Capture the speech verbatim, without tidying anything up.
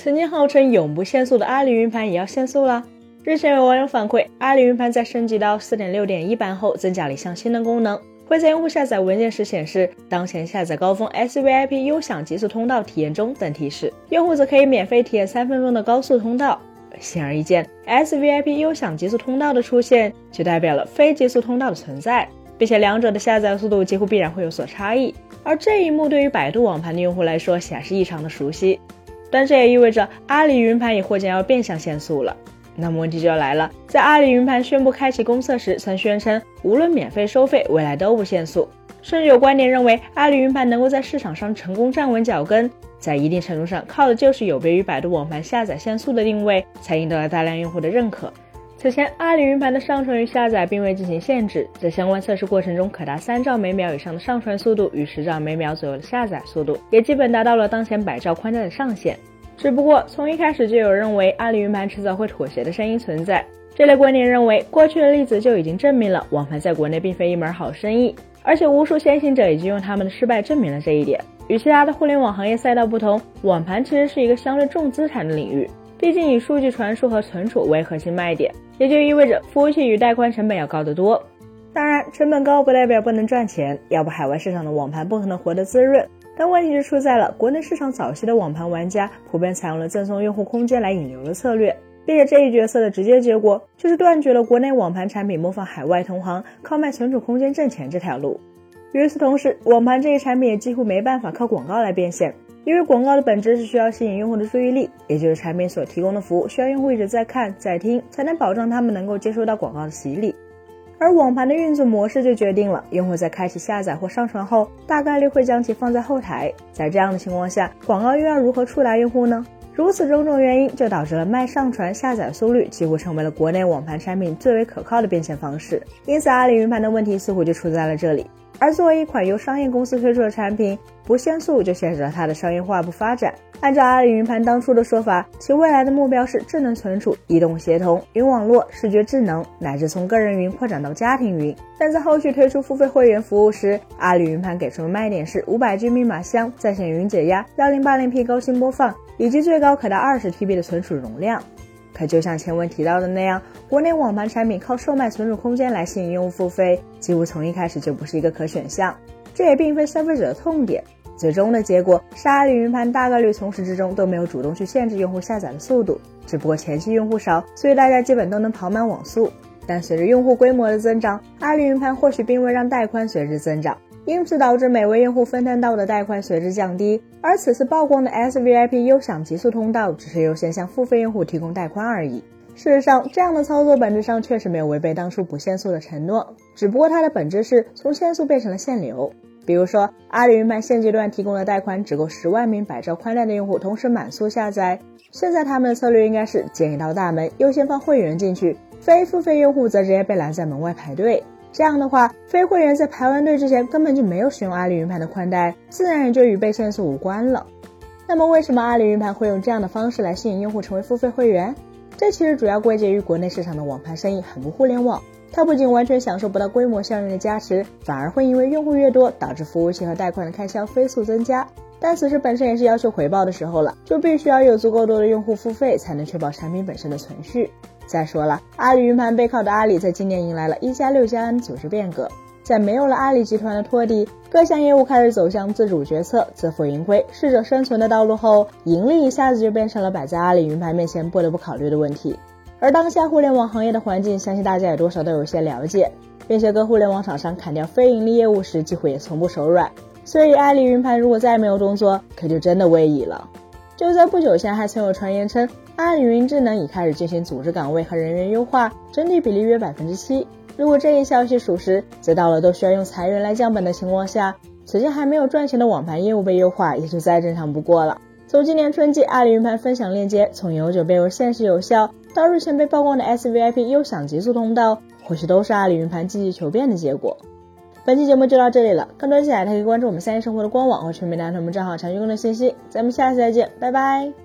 曾经号称永不限速的阿里云盘也要限速了。日前有网友反馈，阿里云盘在升级到 四点六点一 版后增加了一项新的功能，会在用户下载文件时显示当前下载高峰 S V I P 优享极速通道体验中等提示，用户则可以免费体验三分钟的高速通道。显而易见， S V I P 优享极速通道的出现就代表了非极速通道的存在，并且两者的下载速度几乎必然会有所差异。而这一幕对于百度网盘的用户来说显然是异常的熟悉，但这也意味着阿里云盘也或将要变相限速了。那么问题就要来了，在阿里云盘宣布开启公测时曾宣称无论免费收费未来都不限速，甚至有观点认为阿里云盘能够在市场上成功站稳脚跟，在一定程度上靠的就是有别于百度网盘下载限速的定位，才赢得了大量用户的认可。此前阿里云盘的上传与下载并未进行限制，在相关测试过程中，可达三兆每秒以上的上传速度与十兆每秒左右的下载速度也基本达到了当前百兆宽带的上限。只不过从一开始就有认为阿里云盘迟早会妥协的声音存在，这类观点认为过去的例子就已经证明了网盘在国内并非一门好生意，而且无数先行者已经用他们的失败证明了这一点。与其他的互联网行业赛道不同，网盘其实是一个相对重资产的领域，毕竟以数据传输和存储为核心卖点，也就意味着服务器与带宽成本要高得多。当然成本高不代表不能赚钱，要不海外市场的网盘不可能活得滋润。但问题就出在了国内市场早期的网盘玩家普遍采用了赠送用户空间来引流的策略，并且这一决策的直接结果就是断绝了国内网盘产品模仿海外同行靠卖存储空间挣钱这条路。与此同时，网盘这一产品也几乎没办法靠广告来变现，因为广告的本质是需要吸引用户的注意力，也就是产品所提供的服务需要用户一直在看在听，才能保证他们能够接收到广告的洗礼。而网盘的运作模式就决定了用户在开启下载或上传后大概率会将其放在后台，在这样的情况下，广告又要如何触达用户呢？如此种种原因就导致了卖上传下载速率几乎成为了国内网盘产品最为可靠的变现方式，因此阿里云盘的问题似乎就出在了这里。而作为一款由商业公司推出的产品，不限速就限制了它的商业化不发展。按照阿里云盘当初的说法，其未来的目标是智能存储、移动协同、云网络、视觉智能，乃至从个人云扩展到家庭云。但在后续推出付费会员服务时，阿里云盘给出的卖点是 五百G 密码箱、在线云解压、一零八零 P 高清播放，以及最高可达 二十 T B 的存储容量。可就像前文提到的那样，国内网盘产品靠售卖存储空间来吸引用户付费，几乎从一开始就不是一个可选项，这也并非消费者的痛点。最终的结果是阿里云盘大概率从始至终都没有主动去限制用户下载的速度，只不过前期用户少，所以大家基本都能跑满网速。但随着用户规模的增长，阿里云盘或许并未让带宽随之增长，因此导致每位用户分摊到的带宽随之降低，而此次曝光的 S V I P 优享极速通道只是优先向付费用户提供带宽而已。事实上，这样的操作本质上确实没有违背当初不限速的承诺，只不过它的本质是从限速变成了限流。比如说，阿里云盘现阶段提供的带宽只够十万名百兆宽带的用户同时满速下载，现在他们的策略应该是建一道大门，优先放会员进去，非付费用户则直接被拦在门外排队。这样的话，非会员在排完队之前根本就没有使用阿里云盘的宽带，自然也就与被限速无关了。那么为什么阿里云盘会用这样的方式来吸引用户成为付费会员？这其实主要归结于国内市场的网盘生意很不互联网，它不仅完全享受不到规模效应的加持，反而会因为用户越多导致服务器和带宽的开销飞速增加。但此时本身也是要求回报的时候了，就必须要有足够多的用户付费才能确保产品本身的存续。再说了，阿里云盘背靠的阿里在今年迎来了一加六加 N 组织变革，在没有了阿里集团的托底，各项业务开始走向自主决策、自负盈亏、适者生存的道路后，盈利一下子就变成了摆在阿里云盘面前不得不考虑的问题。而当下互联网行业的环境，相信大家也多少都有些了解，并且各互联网厂商砍掉非盈利业务时几乎也从不手软，所以阿里云盘如果再没有动作，可就真的危矣了。就在不久前还曾有传言称阿里云智能已开始进行组织岗位和人员优化，整体比例约 百分之七。 如果这一消息属实，则到了都需要用裁员来降本的情况下，此前还没有赚钱的网盘业务被优化也就再正常不过了。从今年春季阿里云盘分享链接从永久变为限时有效，到日前被曝光的 S V I P 优享极速通道，或许都是阿里云盘积极求变的结果。本期节目就到这里了，更多精彩可以关注我们三一生活的官网或全民大头们账号长期更的信息，咱们下期再见，拜拜。